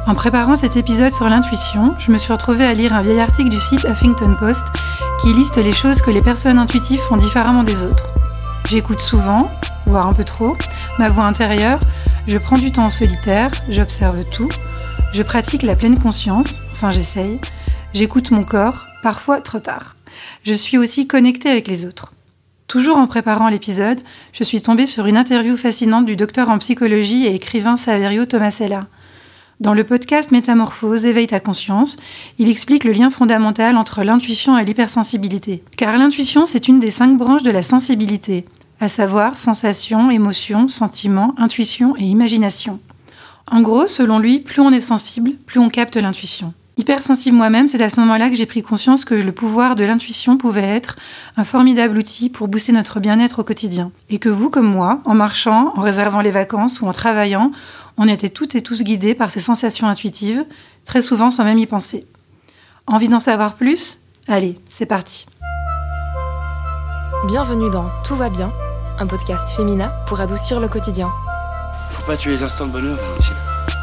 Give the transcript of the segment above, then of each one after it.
En préparant cet épisode sur l'intuition, je me suis retrouvée à lire un vieil article du site Huffington Post qui liste les choses que les personnes intuitives font différemment des autres. J'écoute souvent, voire un peu trop, ma voix intérieure, je prends du temps en solitaire, j'observe tout, je pratique la pleine conscience, enfin j'essaye, j'écoute mon corps, parfois trop tard. Je suis aussi connectée avec les autres. Toujours en préparant l'épisode, je suis tombée sur une interview fascinante du docteur en psychologie et écrivain Saverio Tomasella. Dans le podcast Métamorphose, éveille ta conscience, il explique le lien fondamental entre l'intuition et l'hypersensibilité. Car l'intuition, c'est une des 5 branches de la sensibilité, à savoir sensation, émotion, sentiment, intuition et imagination. En gros, selon lui, plus on est sensible, plus on capte l'intuition. Hypersensible moi-même, c'est à ce moment-là que j'ai pris conscience que le pouvoir de l'intuition pouvait être un formidable outil pour booster notre bien-être au quotidien. Et que vous, comme moi, en marchant, en réservant les vacances ou en travaillant, on était toutes et tous guidés par ces sensations intuitives, très souvent sans même y penser. Envie d'en savoir plus ? Allez, c'est parti. Bienvenue dans Tout va bien, un podcast féminin pour adoucir le quotidien. Faut pas tuer les instants de bonheur, Valentine.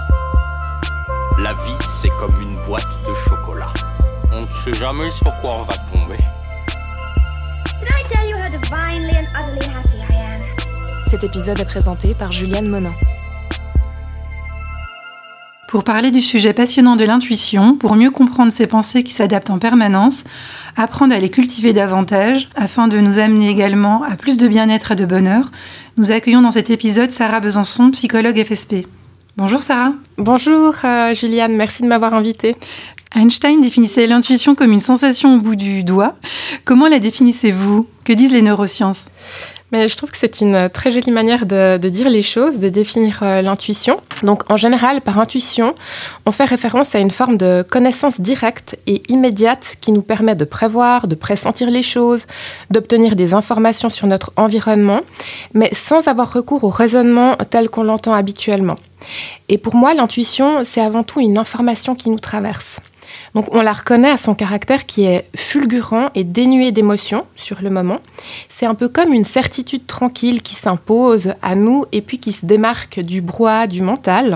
La vie, c'est comme une boîte de chocolat. On ne sait jamais sur quoi on va tomber. Did I tell you how divinely and utterly happy I am? Cet épisode est présenté par Juliane Monin. Pour parler du sujet passionnant de l'intuition, pour mieux comprendre ces pensées qui s'adaptent en permanence, apprendre à les cultiver davantage, afin de nous amener également à plus de bien-être et de bonheur, nous accueillons dans cet épisode Sarah Besançon, psychologue FSP. Bonjour Sarah. Bonjour Juliane, merci de m'avoir invitée. Einstein définissait l'intuition comme une sensation au bout du doigt. Comment la définissez-vous ? Que disent les neurosciences ? Mais je trouve que c'est une très jolie manière de dire les choses, de définir l'intuition. Donc en général, par intuition, on fait référence à une forme de connaissance directe et immédiate qui nous permet de prévoir, de pressentir les choses, d'obtenir des informations sur notre environnement, mais sans avoir recours au raisonnement tel qu'on l'entend habituellement. Et pour moi, l'intuition, c'est avant tout une information qui nous traverse. Donc on la reconnaît à son caractère qui est fulgurant et dénué d'émotions sur le moment. C'est un peu comme une certitude tranquille qui s'impose à nous et puis qui se démarque du brouhaha du mental.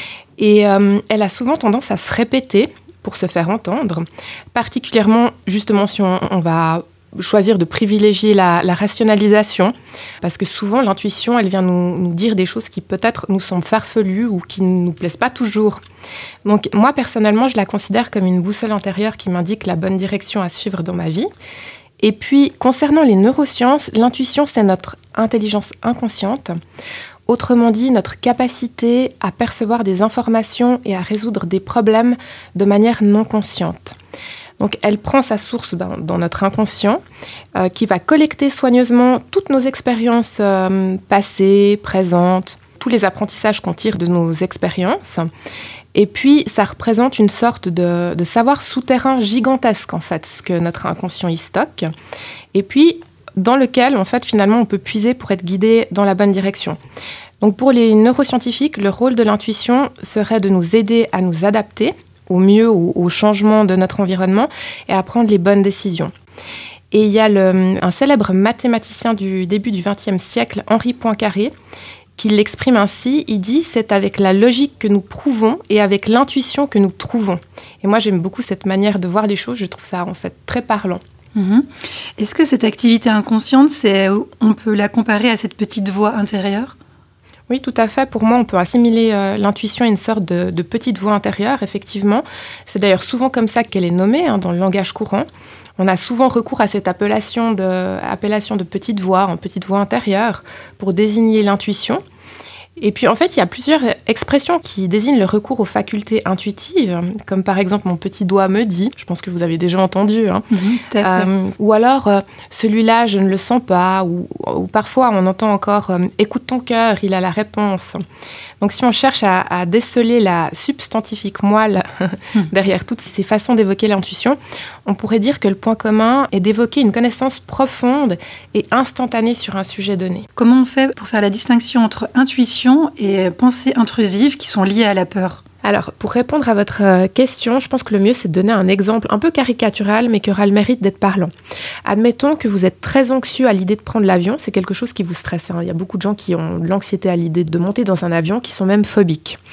Et elle a souvent tendance à se répéter pour se faire entendre, particulièrement justement si on va choisir de privilégier la rationalisation, parce que souvent l'intuition, elle vient nous dire des choses qui peut-être nous semblent farfelues ou qui ne nous plaisent pas toujours. Donc moi personnellement, je la considère comme une boussole intérieure qui m'indique la bonne direction à suivre dans ma vie. Et puis concernant les neurosciences, l'intuition, c'est notre intelligence inconsciente. Autrement dit, notre capacité à percevoir des informations et à résoudre des problèmes de manière non consciente. Donc, elle prend sa source dans notre inconscient, qui va collecter soigneusement toutes nos expériences passées, présentes, tous les apprentissages qu'on tire de nos expériences. Et puis, ça représente une sorte de savoir souterrain gigantesque, en fait, ce que notre inconscient y stocke. Et puis, dans lequel, en fait, finalement, on peut puiser pour être guidé dans la bonne direction. Donc, pour les neuroscientifiques, le rôle de l'intuition serait de nous aider à nous adapter au mieux au changement de notre environnement et à prendre les bonnes décisions. Et il y a un célèbre mathématicien du début du XXe siècle, Henri Poincaré, qui l'exprime ainsi. Il dit « c'est avec la logique que nous prouvons et avec l'intuition que nous trouvons ». Et moi, j'aime beaucoup cette manière de voir les choses. Je trouve ça, en fait, très parlant. Est-ce que cette activité inconsciente, on peut la comparer à cette petite voix intérieure ? Oui, tout à fait. Pour moi, on peut assimiler l'intuition à une sorte de petite voix intérieure, effectivement. C'est d'ailleurs souvent comme ça qu'elle est nommée dans le langage courant. On a souvent recours à cette appellation de petite voix intérieure, pour désigner l'intuition. Et puis, en fait, il y a plusieurs expressions qui désignent le recours aux facultés intuitives, comme par exemple « mon petit doigt me dit », je pense que vous avez déjà entendu, tout à fait. Ou alors « celui-là, je ne le sens pas », ou parfois on entend encore « écoute ton cœur, il a la réponse ». Donc, si on cherche à déceler la substantifique moelle derrière toutes ces façons d'évoquer l'intuition, on pourrait dire que le point commun est d'évoquer une connaissance profonde et instantanée sur un sujet donné. Comment on fait pour faire la distinction entre intuition et pensée intrusive qui sont liées à la peur ? Alors, pour répondre à votre question, je pense que le mieux, c'est de donner un exemple un peu caricatural, mais qui aura le mérite d'être parlant. Admettons que vous êtes très anxieux à l'idée de prendre l'avion, c'est quelque chose qui vous stresse. Il y a beaucoup de gens qui ont de l'anxiété à l'idée de monter dans un avion, qui sont même phobiques.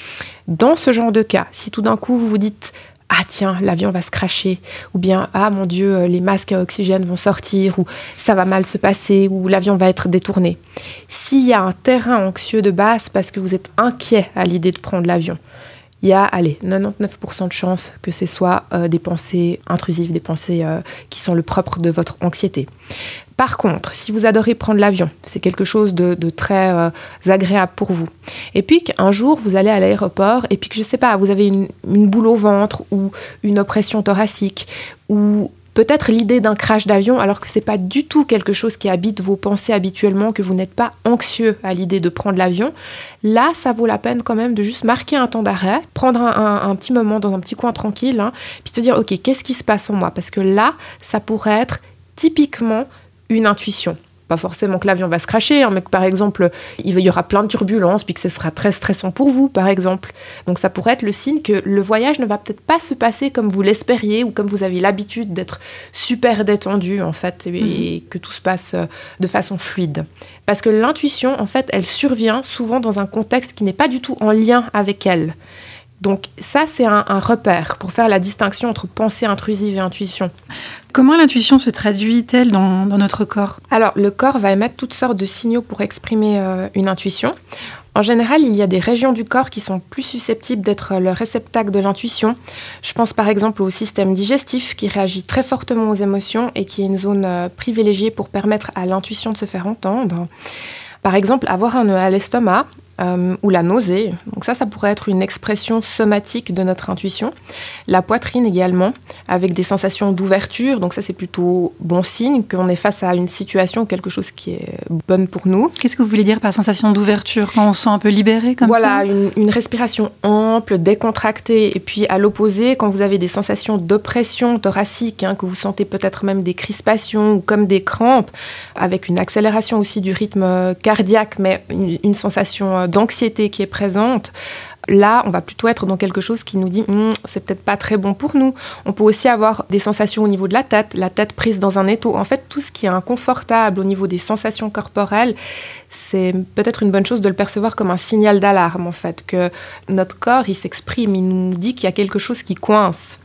Dans ce genre de cas, si tout d'un coup vous vous dites « Ah tiens, l'avion va se crasher » ou bien « Ah mon Dieu, les masques à oxygène vont sortir » ou « Ça va mal se passer » ou « L'avion va être détourné ». S'il y a un terrain anxieux de base parce que vous êtes inquiet à l'idée de prendre l'avion, il y a 99% de chances que ce soit des pensées intrusives, des pensées qui sont le propre de votre anxiété. Par contre, si vous adorez prendre l'avion, c'est quelque chose de très agréable pour vous. Et puis qu'un jour, vous allez à l'aéroport et puis que, je ne sais pas, vous avez une boule au ventre ou une oppression thoracique ou peut-être l'idée d'un crash d'avion alors que ce n'est pas du tout quelque chose qui habite vos pensées habituellement, que vous n'êtes pas anxieux à l'idée de prendre l'avion. Là, ça vaut la peine quand même de juste marquer un temps d'arrêt, prendre un petit moment dans un petit coin tranquille, puis te dire « Ok, qu'est-ce qui se passe en moi ?» Parce que là, ça pourrait être typiquement une intuition. Pas forcément que l'avion va se crasher, mais que par exemple, il y aura plein de turbulences, puis que ce sera très stressant pour vous, par exemple. Donc ça pourrait être le signe que le voyage ne va peut-être pas se passer comme vous l'espériez, ou comme vous avez l'habitude d'être super détendu, en fait, et que tout se passe de façon fluide. Parce que l'intuition, en fait, elle survient souvent dans un contexte qui n'est pas du tout en lien avec elle. Donc ça, c'est un repère pour faire la distinction entre pensée intrusive et intuition. Comment l'intuition se traduit-elle dans notre corps ? Alors, le corps va émettre toutes sortes de signaux pour exprimer une intuition. En général, il y a des régions du corps qui sont plus susceptibles d'être le réceptacle de l'intuition. Je pense par exemple au système digestif qui réagit très fortement aux émotions et qui est une zone privilégiée pour permettre à l'intuition de se faire entendre. Par exemple, avoir un nœud à l'estomac, ou la nausée. Donc ça pourrait être une expression somatique de notre intuition. La poitrine également, avec des sensations d'ouverture. Donc ça, c'est plutôt bon signe qu'on est face à une situation ou quelque chose qui est bonne pour nous. Qu'est-ce que vous voulez dire par sensation d'ouverture, quand on se sent un peu libéré comme ça ? Voilà, une respiration ample, décontractée. Et puis à l'opposé, quand vous avez des sensations d'oppression thoracique, que vous sentez peut-être même des crispations ou comme des crampes, avec une accélération aussi du rythme cardiaque, mais une sensation d'anxiété qui est présente, là, on va plutôt être dans quelque chose qui nous dit c'est peut-être pas très bon pour nous. On peut aussi avoir des sensations au niveau de la tête prise dans un étau. En fait, tout ce qui est inconfortable au niveau des sensations corporelles, c'est peut-être une bonne chose de le percevoir comme un signal d'alarme, en fait, que notre corps, il s'exprime, il nous dit qu'il y a quelque chose qui coince.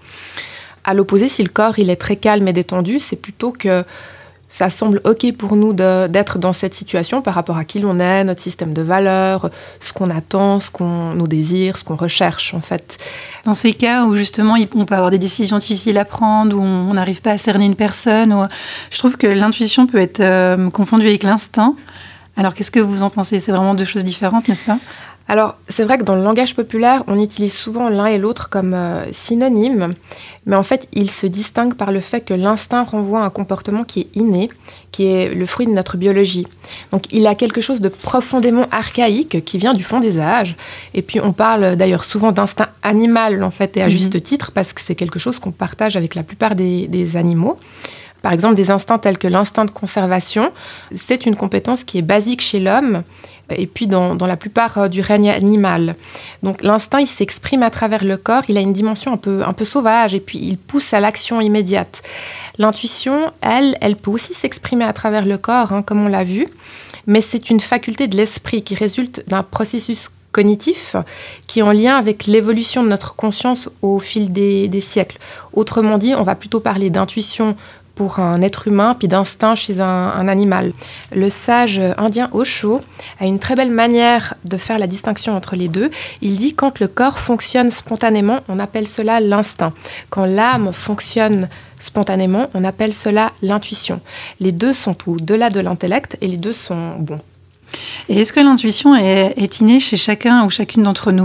À l'opposé, si le corps, il est très calme et détendu, c'est plutôt que ça semble OK pour nous d'être dans cette situation par rapport à qui l'on est, notre système de valeurs, ce qu'on attend, nos désirs, ce qu'on recherche, en fait. Dans ces cas où, justement, on peut avoir des décisions difficiles à prendre, où on n'arrive pas à cerner une personne, je trouve que l'intuition peut être confondue avec l'instinct. Alors, qu'est-ce que vous en pensez ? C'est vraiment deux choses différentes, n'est-ce pas ? Alors, c'est vrai que dans le langage populaire, on utilise souvent l'un et l'autre comme synonymes, mais en fait, ils se distinguent par le fait que l'instinct renvoie à un comportement qui est inné, qui est le fruit de notre biologie. Donc, il a quelque chose de profondément archaïque qui vient du fond des âges. Et puis, on parle d'ailleurs souvent d'instinct animal, en fait, et à juste titre, parce que c'est quelque chose qu'on partage avec la plupart des animaux. Par exemple, des instincts tels que l'instinct de conservation, c'est une compétence qui est basique chez l'homme, et puis dans la plupart du règne animal. Donc l'instinct, il s'exprime à travers le corps, il a une dimension un peu sauvage, et puis il pousse à l'action immédiate. L'intuition, elle peut aussi s'exprimer à travers le corps, comme on l'a vu, mais c'est une faculté de l'esprit qui résulte d'un processus cognitif qui est en lien avec l'évolution de notre conscience au fil des siècles. Autrement dit, on va plutôt parler d'intuition pour un être humain, puis d'instinct chez un animal. Le sage indien Osho a une très belle manière de faire la distinction entre les deux. Il dit quand le corps fonctionne spontanément, on appelle cela l'instinct. Quand l'âme fonctionne spontanément, on appelle cela l'intuition. Les deux sont au-delà de l'intellect et les deux sont bons. Et est-ce que l'intuition est innée chez chacun ou chacune d'entre nous ?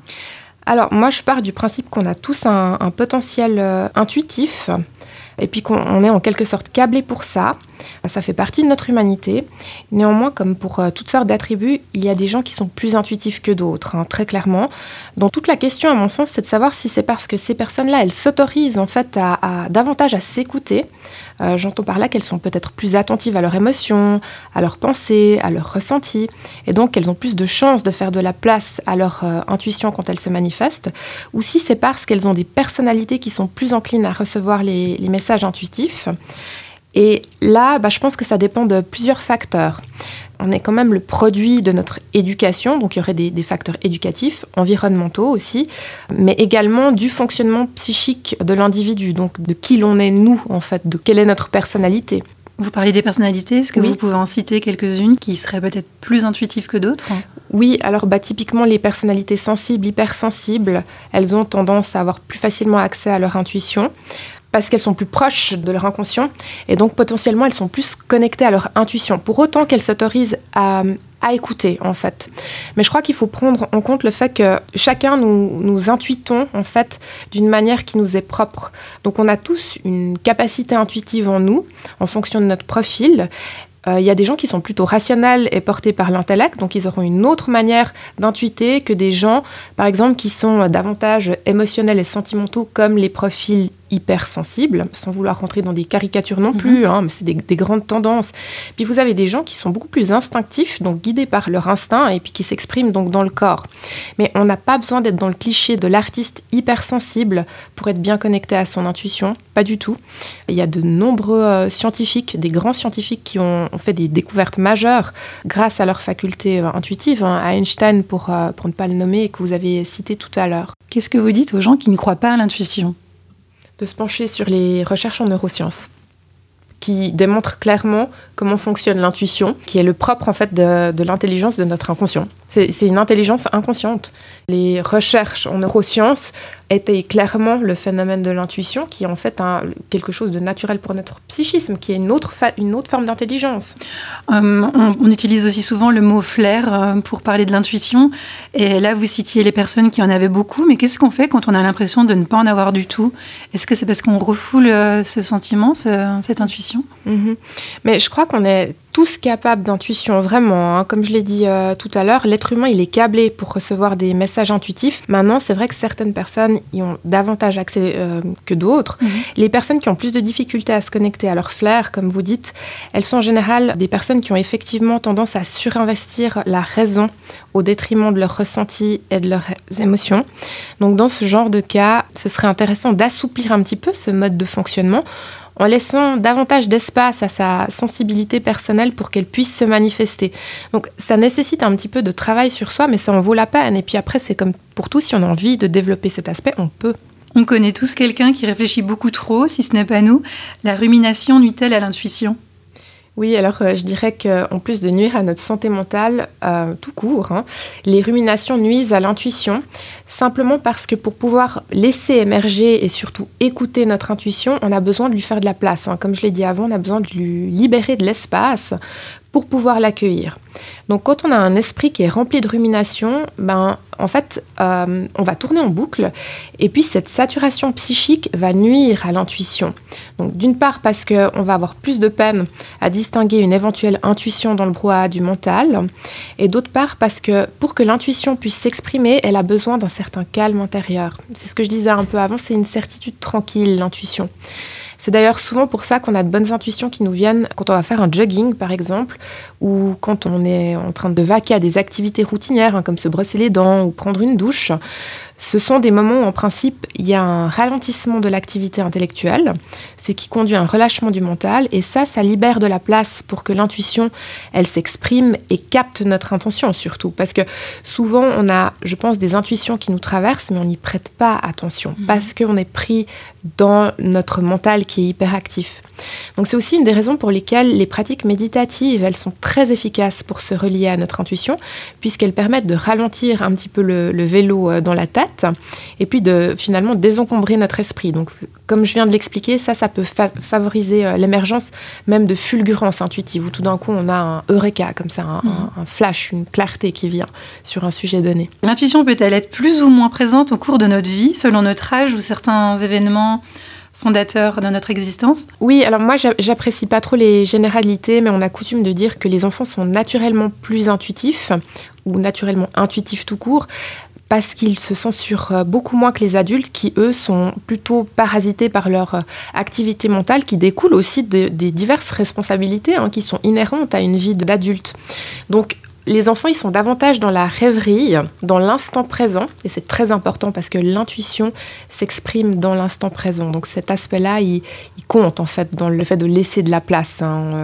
Alors, moi, je pars du principe qu'on a tous un potentiel intuitif, et puis qu'on est en quelque sorte câblé pour ça. Ça fait partie de notre humanité. Néanmoins, comme pour toutes sortes d'attributs, il y a des gens qui sont plus intuitifs que d'autres, très clairement. Donc toute la question, à mon sens, c'est de savoir si c'est parce que ces personnes-là, elles s'autorisent en fait davantage à s'écouter. J'entends par là qu'elles sont peut-être plus attentives à leurs émotions, à leurs pensées, à leurs ressentis. Et donc, elles ont plus de chances de faire de la place à leur intuition quand elles se manifestent. Ou si c'est parce qu'elles ont des personnalités qui sont plus enclines à recevoir les messages intuitifs. Et là, je pense que ça dépend de plusieurs facteurs. On est quand même le produit de notre éducation, donc il y aurait des facteurs éducatifs, environnementaux aussi, mais également du fonctionnement psychique de l'individu, donc de qui l'on est nous en fait, de quelle est notre personnalité. Vous parlez des personnalités, est-ce que Oui. vous pouvez en citer quelques-unes qui seraient peut-être plus intuitives que d'autres ? Oui, alors typiquement les personnalités sensibles, hypersensibles, elles ont tendance à avoir plus facilement accès à leur intuition parce qu'elles sont plus proches de leur inconscient et donc potentiellement elles sont plus connectées à leur intuition, pour autant qu'elles s'autorisent à écouter en fait. Mais je crois qu'il faut prendre en compte le fait que chacun nous intuitons en fait d'une manière qui nous est propre. Donc on a tous une capacité intuitive en nous en fonction de notre profil. Il y a des gens qui sont plutôt rationnels et portés par l'intellect, donc ils auront une autre manière d'intuiter que des gens, par exemple, qui sont davantage émotionnels et sentimentaux comme les profils hypersensibles, sans vouloir rentrer dans des caricatures non plus, mais c'est des grandes tendances. Puis vous avez des gens qui sont beaucoup plus instinctifs, donc guidés par leur instinct et puis qui s'expriment donc dans le corps. Mais on n'a pas besoin d'être dans le cliché de l'artiste hypersensible pour être bien connecté à son intuition, pas du tout. Il y a de nombreux scientifiques, des grands scientifiques qui ont fait des découvertes majeures grâce à leur faculté intuitive, Einstein pour ne pas le nommer, que vous avez cité tout à l'heure. Qu'est-ce que vous dites aux gens qui ne croient pas à l'intuition ? De se pencher sur les recherches en neurosciences qui démontrent clairement comment fonctionne l'intuition, qui est le propre en fait de l'intelligence de notre inconscient. C'est une intelligence inconsciente. Les recherches en neurosciences étayent clairement le phénomène de l'intuition, qui est en fait quelque chose de naturel pour notre psychisme, qui est une autre forme d'intelligence. On utilise aussi souvent le mot flair pour parler de l'intuition. Et là, vous citiez les personnes qui en avaient beaucoup. Mais qu'est-ce qu'on fait quand on a l'impression de ne pas en avoir du tout ? Est-ce que c'est parce qu'on refoule ce sentiment, cette intuition ? Mais je crois qu'on est tous capables d'intuition, vraiment. Comme je l'ai dit tout à l'heure, l'être humain, il est câblé pour recevoir des messages intuitifs. Maintenant, c'est vrai que certaines personnes y ont davantage accès que d'autres. Les personnes qui ont plus de difficultés à se connecter à leur flair, comme vous dites, elles sont en général des personnes qui ont effectivement tendance à surinvestir la raison au détriment de leurs ressentis et de leurs émotions. Donc, dans ce genre de cas, ce serait intéressant d'assouplir un petit peu ce mode de fonctionnement en laissant davantage d'espace à sa sensibilité personnelle pour qu'elle puisse se manifester. Donc ça nécessite un petit peu de travail sur soi, mais ça en vaut la peine. Et puis après, c'est comme pour tout, si on a envie de développer cet aspect, on peut. On connaît tous quelqu'un qui réfléchit beaucoup trop, si ce n'est pas nous. La rumination nuit-elle à l'intuition ? Oui, alors je dirais qu'en plus de nuire à notre santé mentale, tout court, les ruminations nuisent à l'intuition, simplement parce que pour pouvoir laisser émerger et surtout écouter notre intuition, on a besoin de lui faire de la place. Comme je l'ai dit avant, on a besoin de lui libérer de l'espace pour pouvoir l'accueillir. Donc quand on a un esprit qui est rempli de rumination, en fait, on va tourner en boucle et puis cette saturation psychique va nuire à l'intuition. Donc d'une part parce qu'on va avoir plus de peine à distinguer une éventuelle intuition dans le brouhaha du mental et d'autre part parce que pour que l'intuition puisse s'exprimer, elle a besoin d'un certain calme intérieur. C'est ce que je disais un peu avant, c'est une certitude tranquille, l'intuition. C'est d'ailleurs souvent pour ça qu'on a de bonnes intuitions qui nous viennent quand on va faire un jogging, par exemple, ou quand on est en train de vaquer à des activités routinières, comme se brosser les dents ou prendre une douche. Ce sont des moments où, en principe, il y a un ralentissement de l'activité intellectuelle, ce qui conduit à un relâchement du mental, et ça libère de la place pour que l'intuition, elle s'exprime et capte notre intention, surtout. Parce que souvent, on a, je pense, des intuitions qui nous traversent, mais on n'y prête pas attention, parce qu'on est pris dans notre mental qui est hyperactif. Donc c'est aussi une des raisons pour lesquelles les pratiques méditatives, elles sont très efficaces pour se relier à notre intuition, puisqu'elles permettent de ralentir un petit peu le vélo dans la tête, et puis de finalement désencombrer notre esprit. Donc comme je viens de l'expliquer, ça peut favoriser l'émergence même de fulgurances intuitives, où tout d'un coup on a un eureka, comme ça, un flash, une clarté qui vient sur un sujet donné. L'intuition peut-elle être plus ou moins présente au cours de notre vie, selon notre âge ou certains événements fondateur de notre existence ? Oui, alors moi, j'apprécie pas trop les généralités, mais on a coutume de dire que les enfants sont naturellement plus intuitifs, ou naturellement intuitifs tout court, parce qu'ils se censurent beaucoup moins que les adultes qui, eux, sont plutôt parasités par leur activité mentale qui découle aussi des diverses responsabilités qui sont inhérentes à une vie d'adulte. Donc, Les enfants, ils sont davantage dans la rêverie, dans l'instant présent, et c'est très important parce que l'intuition s'exprime dans l'instant présent. Donc cet aspect-là, il compte en fait dans le fait de laisser de la place.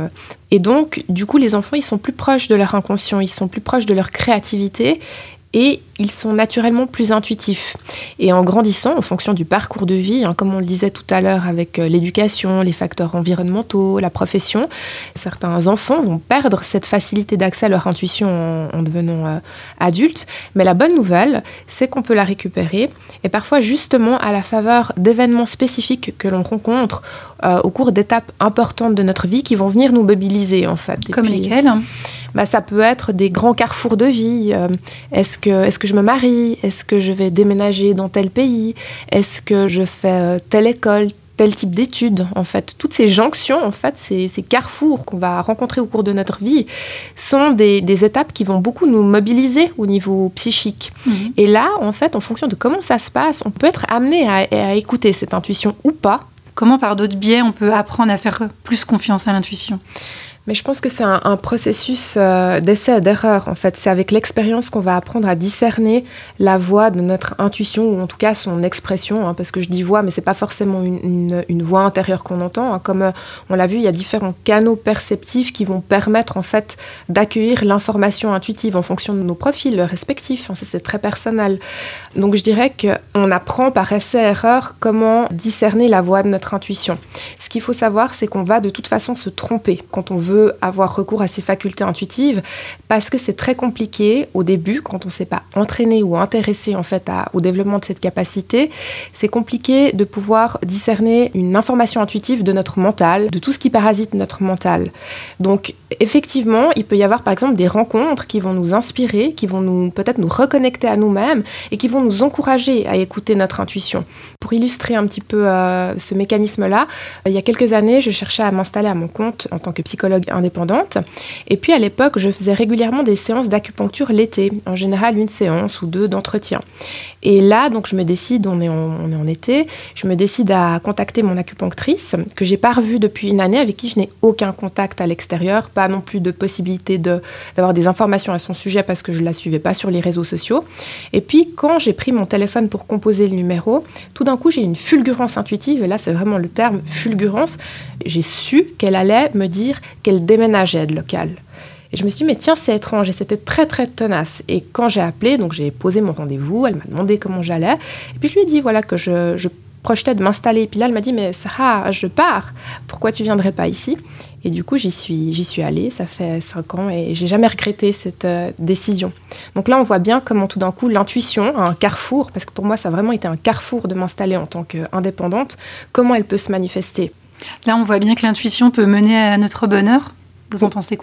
Et donc, du coup, les enfants, ils sont plus proches de leur inconscient, ils sont plus proches de leur créativité, et ils sont naturellement plus intuitifs. Et en grandissant, en fonction du parcours de vie, comme on le disait tout à l'heure avec l'éducation, les facteurs environnementaux, la profession, certains enfants vont perdre cette facilité d'accès à leur intuition en devenant adultes. Mais la bonne nouvelle, c'est qu'on peut la récupérer, et parfois justement à la faveur d'événements spécifiques que l'on rencontre au cours d'étapes importantes de notre vie qui vont venir nous mobiliser en fait. Comme lesquelles ? Ça peut être des grands carrefours de vie. Est-ce que je me marie ? Est-ce que je vais déménager dans tel pays ? Est-ce que je fais telle école, tel type d'études ? En fait, toutes ces jonctions, en fait, ces carrefours qu'on va rencontrer au cours de notre vie sont des étapes qui vont beaucoup nous mobiliser au niveau psychique. Et là, en fait, en fonction de comment ça se passe, on peut être amené à écouter cette intuition ou pas. Comment, par d'autres biais, on peut apprendre à faire plus confiance à l'intuition ? Mais je pense que c'est un processus d'essai et d'erreur. En fait, c'est avec l'expérience qu'on va apprendre à discerner la voix de notre intuition, ou en tout cas son expression, parce que je dis voix, mais c'est pas forcément une voix intérieure qu'on entend. Comme on l'a vu, il y a différents canaux perceptifs qui vont permettre en fait d'accueillir l'information intuitive en fonction de nos profils respectifs. Ça, c'est très personnel. Donc, je dirais qu'on apprend par essai-erreur comment discerner la voix de notre intuition. Ce qu'il faut savoir, c'est qu'on va de toute façon se tromper quand on veut avoir recours à ces facultés intuitives, parce que c'est très compliqué au début, quand on ne s'est pas entraîné ou intéressé en fait au développement de cette capacité. C'est compliqué de pouvoir discerner une information intuitive de notre mental, de tout ce qui parasite notre mental. Donc, effectivement, il peut y avoir par exemple des rencontres qui vont nous inspirer, qui vont peut-être nous reconnecter à nous-mêmes et qui vont nous encourager à écouter notre intuition. Pour illustrer un petit peu ce mécanisme-là, il y a quelques années, je cherchais à m'installer à mon compte en tant que psychologue indépendante. Et puis à l'époque, je faisais régulièrement des séances d'acupuncture l'été, en général une séance ou deux d'entretien. Et là, donc je me décide, on est en été, je me décide à contacter mon acupunctrice, que j'ai pas revue depuis une année, avec qui je n'ai aucun contact à l'extérieur, pas non plus de possibilité d'avoir des informations à son sujet parce que je la suivais pas sur les réseaux sociaux. Et puis quand j'ai pris mon téléphone pour composer le numéro, tout d'un coup j'ai une fulgurance intuitive, et là c'est vraiment le terme fulgurance. J'ai su qu'elle allait me dire qu'elle déménageait de local. Et je me suis dit, mais tiens, c'est étrange. Et c'était très, très tenace. Et quand j'ai appelé, donc j'ai posé mon rendez-vous, elle m'a demandé comment j'allais. Et puis je lui ai dit, voilà, que je projetais de m'installer. Et puis là, elle m'a dit, mais Sarah, je pars. Pourquoi tu ne viendrais pas ici ? Et du coup, j'y suis allée. Ça fait 5 ans et j'ai jamais regretté cette décision. Donc là, on voit bien comment tout d'un coup, l'intuition, un carrefour, parce que pour moi, ça a vraiment été un carrefour de m'installer en tant qu'indépendante, comment elle peut se manifester. Là, on voit bien que l'intuition peut mener à notre bonheur. Vous en pensez quoi ?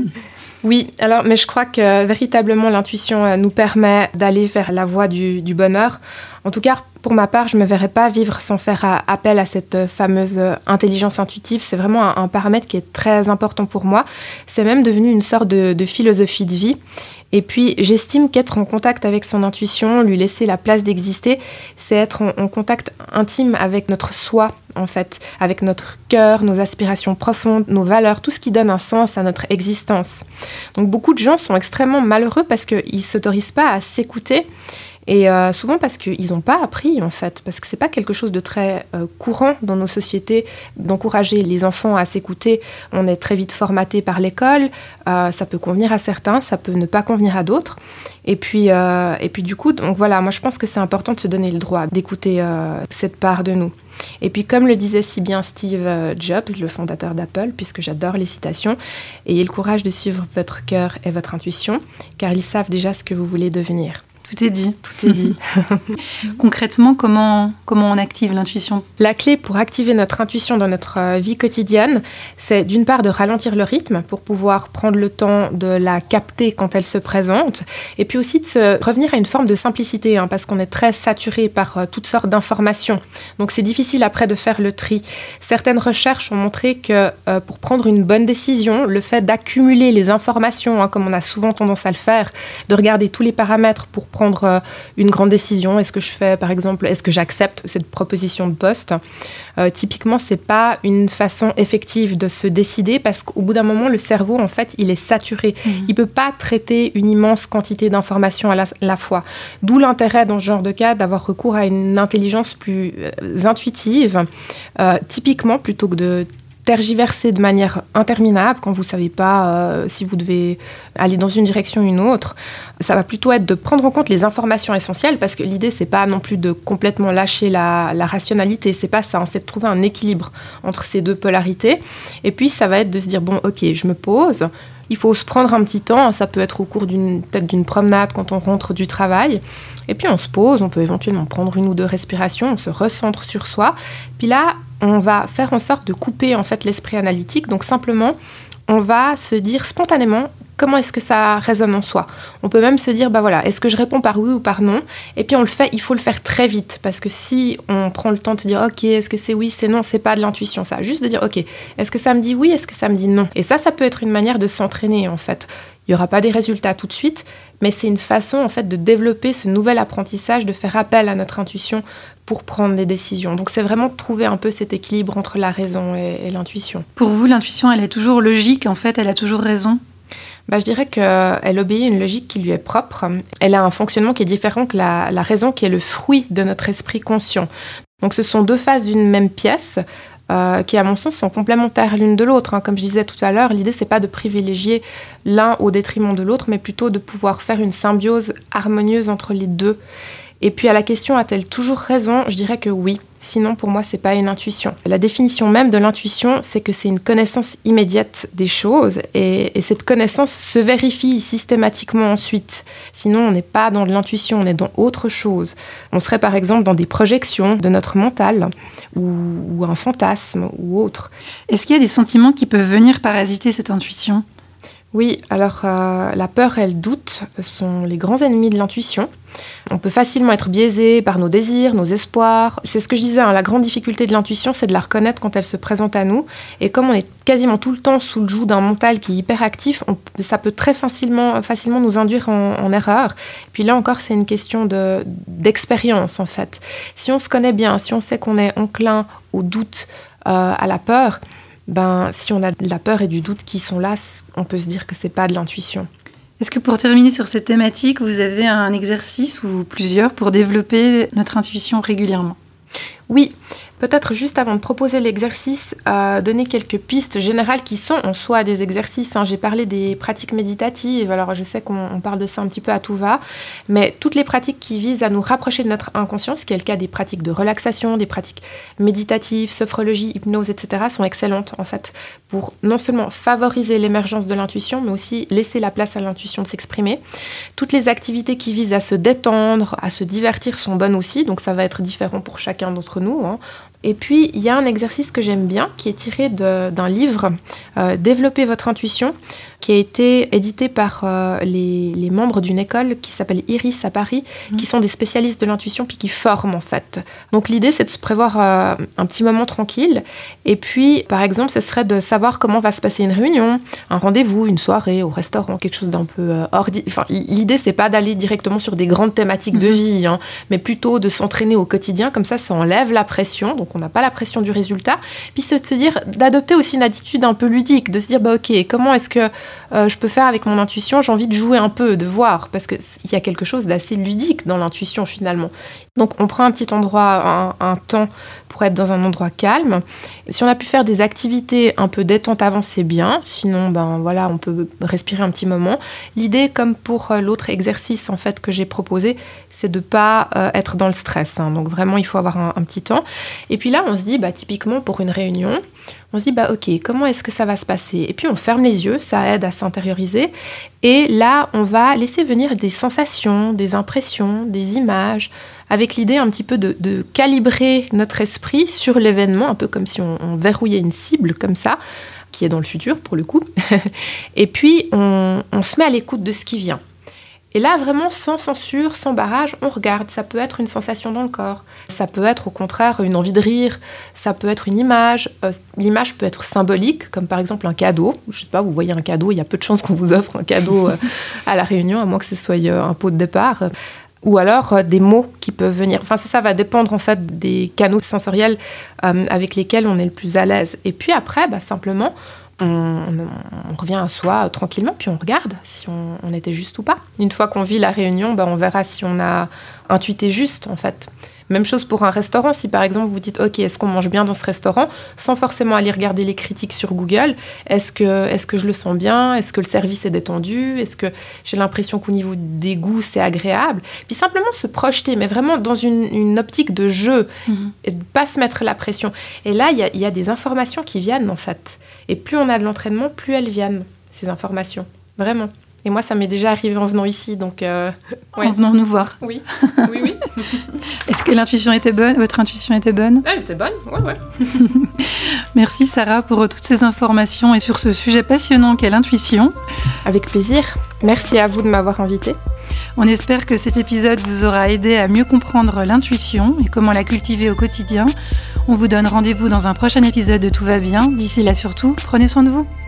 Oui, alors, mais je crois que véritablement l'intuition nous permet d'aller vers la voie du bonheur. En tout cas, pour ma part, je ne me verrais pas vivre sans faire appel à cette fameuse intelligence intuitive. C'est vraiment un paramètre qui est très important pour moi. C'est même devenu une sorte de philosophie de vie. Et puis, j'estime qu'être en contact avec son intuition, lui laisser la place d'exister, c'est être en contact intime avec notre soi, en fait, avec notre cœur, nos aspirations profondes, nos valeurs, tout ce qui donne un sens à notre existence. Donc, beaucoup de gens sont extrêmement malheureux parce qu'ils ne s'autorisent pas à s'écouter. Et souvent parce qu'ils n'ont pas appris, en fait, parce que ce n'est pas quelque chose de très courant dans nos sociétés d'encourager les enfants à s'écouter. On est très vite formaté par l'école, ça peut convenir à certains, ça peut ne pas convenir à d'autres. Et puis du coup, donc voilà, moi je pense que c'est important de se donner le droit d'écouter cette part de nous. Et puis comme le disait si bien Steve Jobs, le fondateur d'Apple, puisque j'adore les citations, ayez le courage de suivre votre cœur et votre intuition, car ils savent déjà ce que vous voulez devenir. Tout est dit. Tout est dit. Concrètement, comment on active l'intuition ? La clé pour activer notre intuition dans notre vie quotidienne, c'est d'une part de ralentir le rythme pour pouvoir prendre le temps de la capter quand elle se présente, et puis aussi de revenir à une forme de simplicité, parce qu'on est très saturé par toutes sortes d'informations. Donc c'est difficile après de faire le tri. Certaines recherches ont montré que pour prendre une bonne décision, le fait d'accumuler les informations, comme on a souvent tendance à le faire, de regarder tous les paramètres pour prendre une grande décision. Est-ce que je fais, par exemple, est-ce que j'accepte cette proposition de poste ? Typiquement, c'est pas une façon effective de se décider parce qu'au bout d'un moment, le cerveau, en fait, il est saturé. Il peut pas traiter une immense quantité d'informations à la fois. D'où l'intérêt, dans ce genre de cas, d'avoir recours à une intelligence plus intuitive, typiquement, plutôt que de tergiverser de manière interminable quand vous ne savez pas si vous devez aller dans une direction ou une autre. Ça va plutôt être de prendre en compte les informations essentielles parce que l'idée, ce n'est pas non plus de complètement lâcher la rationalité. Ce n'est pas ça, c'est de trouver un équilibre entre ces deux polarités. Et puis, ça va être de se dire, bon, ok, je me pose. Il faut se prendre un petit temps. Ça peut être au cours peut-être d'une promenade quand on rentre du travail. Et puis, on se pose. On peut éventuellement prendre une ou deux respirations. On se recentre sur soi. Puis là, on va faire en sorte de couper en fait l'esprit analytique. Donc simplement, on va se dire spontanément comment est-ce que ça résonne en soi. On peut même se dire, bah voilà, est-ce que je réponds par oui ou par non ? Et puis on le fait, il faut le faire très vite parce que si on prend le temps de se dire, ok, est-ce que c'est oui, c'est non, c'est pas de l'intuition ça. Juste de dire, ok, est-ce que ça me dit oui, est-ce que ça me dit non ? Et ça peut être une manière de s'entraîner en fait. Il n'y aura pas des résultats tout de suite, mais c'est une façon en fait de développer ce nouvel apprentissage, de faire appel à notre intuition pour prendre des décisions. Donc c'est vraiment de trouver un peu cet équilibre entre la raison et l'intuition. Pour vous, l'intuition, elle est toujours logique, en fait, elle a toujours raison ? Je dirais qu'elle obéit à une logique qui lui est propre. Elle a un fonctionnement qui est différent que la raison, qui est le fruit de notre esprit conscient. Donc ce sont deux faces d'une même pièce, qui, à mon sens, sont complémentaires l'une de l'autre. Comme je disais tout à l'heure, l'idée, c'est pas de privilégier l'un au détriment de l'autre, mais plutôt de pouvoir faire une symbiose harmonieuse entre les deux. Et puis, à la question, a-t-elle toujours raison ? Je dirais que oui. Sinon, pour moi, c'est pas une intuition. La définition même de l'intuition, c'est que c'est une connaissance immédiate des choses et cette connaissance se vérifie systématiquement ensuite. Sinon, on n'est pas dans de l'intuition, on est dans autre chose. On serait par exemple dans des projections de notre mental ou un fantasme ou autre. Est-ce qu'il y a des sentiments qui peuvent venir parasiter cette intuition ? Oui, alors la peur et le doute sont les grands ennemis de l'intuition. On peut facilement être biaisé par nos désirs, nos espoirs. C'est ce que je disais, la grande difficulté de l'intuition, c'est de la reconnaître quand elle se présente à nous. Et comme on est quasiment tout le temps sous le joug d'un mental qui est hyperactif, ça peut très facilement nous induire en erreur. Puis là encore, c'est une question d'expérience, en fait. Si on se connaît bien, si on sait qu'on est enclin au doute, à la peur, si on a de la peur et du doute qui sont là, on peut se dire que c'est pas de l'intuition. Est-ce que pour terminer sur cette thématique, vous avez un exercice ou plusieurs pour développer notre intuition régulièrement ? Oui, peut-être juste avant de proposer l'exercice, donner quelques pistes générales qui sont en soi des exercices. J'ai parlé des pratiques méditatives, alors je sais qu'on parle de ça un petit peu à tout va, mais toutes les pratiques qui visent à nous rapprocher de notre inconscient, ce qui est le cas des pratiques de relaxation, des pratiques méditatives, sophrologie, hypnose, etc., sont excellentes en fait pour non seulement favoriser l'émergence de l'intuition, mais aussi laisser la place à l'intuition de s'exprimer. Toutes les activités qui visent à se détendre, à se divertir sont bonnes aussi, donc ça va être différent pour chacun d'entre nous. Et puis, il y a un exercice que j'aime bien, qui est tiré d'un livre, Développer votre intuition, qui a été édité par les membres d'une école qui s'appelle Iris à Paris, qui sont des spécialistes de l'intuition, puis qui forment en fait. Donc l'idée, c'est de se prévoir un petit moment tranquille. Et puis, par exemple, ce serait de savoir comment va se passer une réunion, un rendez-vous, une soirée, au restaurant, quelque chose d'un peu l'idée, c'est pas d'aller directement sur des grandes thématiques de vie, mais plutôt de s'entraîner au quotidien. Comme ça enlève la pression. Donc on n'a pas la pression du résultat. Puis c'est de se dire, d'adopter aussi une attitude un peu ludique, de se dire, ok, comment est-ce que je peux faire avec mon intuition ? J'ai envie de jouer un peu, de voir, parce qu'il y a quelque chose d'assez ludique dans l'intuition finalement. Donc on prend un petit endroit, un temps pour être dans un endroit calme. Si on a pu faire des activités un peu détente avant, c'est bien. Sinon, on peut respirer un petit moment. L'idée, comme pour l'autre exercice en fait que j'ai proposé, c'est de ne pas être dans le stress. Donc vraiment, il faut avoir un petit temps. Et puis là, on se dit, typiquement pour une réunion, on se dit, ok, comment est-ce que ça va se passer ? Et puis on ferme les yeux, ça aide à s'intérioriser. Et là, on va laisser venir des sensations, des impressions, des images, avec l'idée un petit peu de calibrer notre esprit sur l'événement, un peu comme si on verrouillait une cible comme ça, qui est dans le futur pour le coup. Et puis, on se met à l'écoute de ce qui vient. Et là, vraiment, sans censure, sans barrage, on regarde. Ça peut être une sensation dans le corps. Ça peut être, au contraire, une envie de rire. Ça peut être une image. L'image peut être symbolique, comme par exemple un cadeau. Je ne sais pas, vous voyez un cadeau, il y a peu de chances qu'on vous offre un cadeau à la réunion, à moins que ce soit un pot de départ. ou alors des mots qui peuvent venir. Enfin, ça va dépendre en fait des canaux sensoriels avec lesquels on est le plus à l'aise. Et puis après, simplement, on revient à soi tranquillement, puis on regarde si on était juste ou pas. Une fois qu'on vit la réunion, on verra si on a intuité juste en fait. Même chose pour un restaurant. Si par exemple vous dites « Ok, est-ce qu'on mange bien dans ce restaurant ?» sans forcément aller regarder les critiques sur Google. Est-ce que je le sens bien ? Est-ce que le service est détendu ? Est-ce que j'ai l'impression qu'au niveau des goûts, c'est agréable ? Puis simplement se projeter, mais vraiment dans une optique de jeu et de ne pas se mettre la pression. Et là, il y a des informations qui viennent en fait. Et plus on a de l'entraînement, plus elles viennent, ces informations. Vraiment. Et moi, ça m'est déjà arrivé en venant ici, donc... ouais. En venant nous voir. Oui. Est-ce que l'intuition était bonne ? Votre intuition était bonne ? Elle était bonne, ouais. Merci Sarah pour toutes ces informations et sur ce sujet passionnant qu'est l'intuition. Avec plaisir. Merci à vous de m'avoir invitée. On espère que cet épisode vous aura aidé à mieux comprendre l'intuition et comment la cultiver au quotidien. On vous donne rendez-vous dans un prochain épisode de Tout va bien. D'ici là surtout, prenez soin de vous.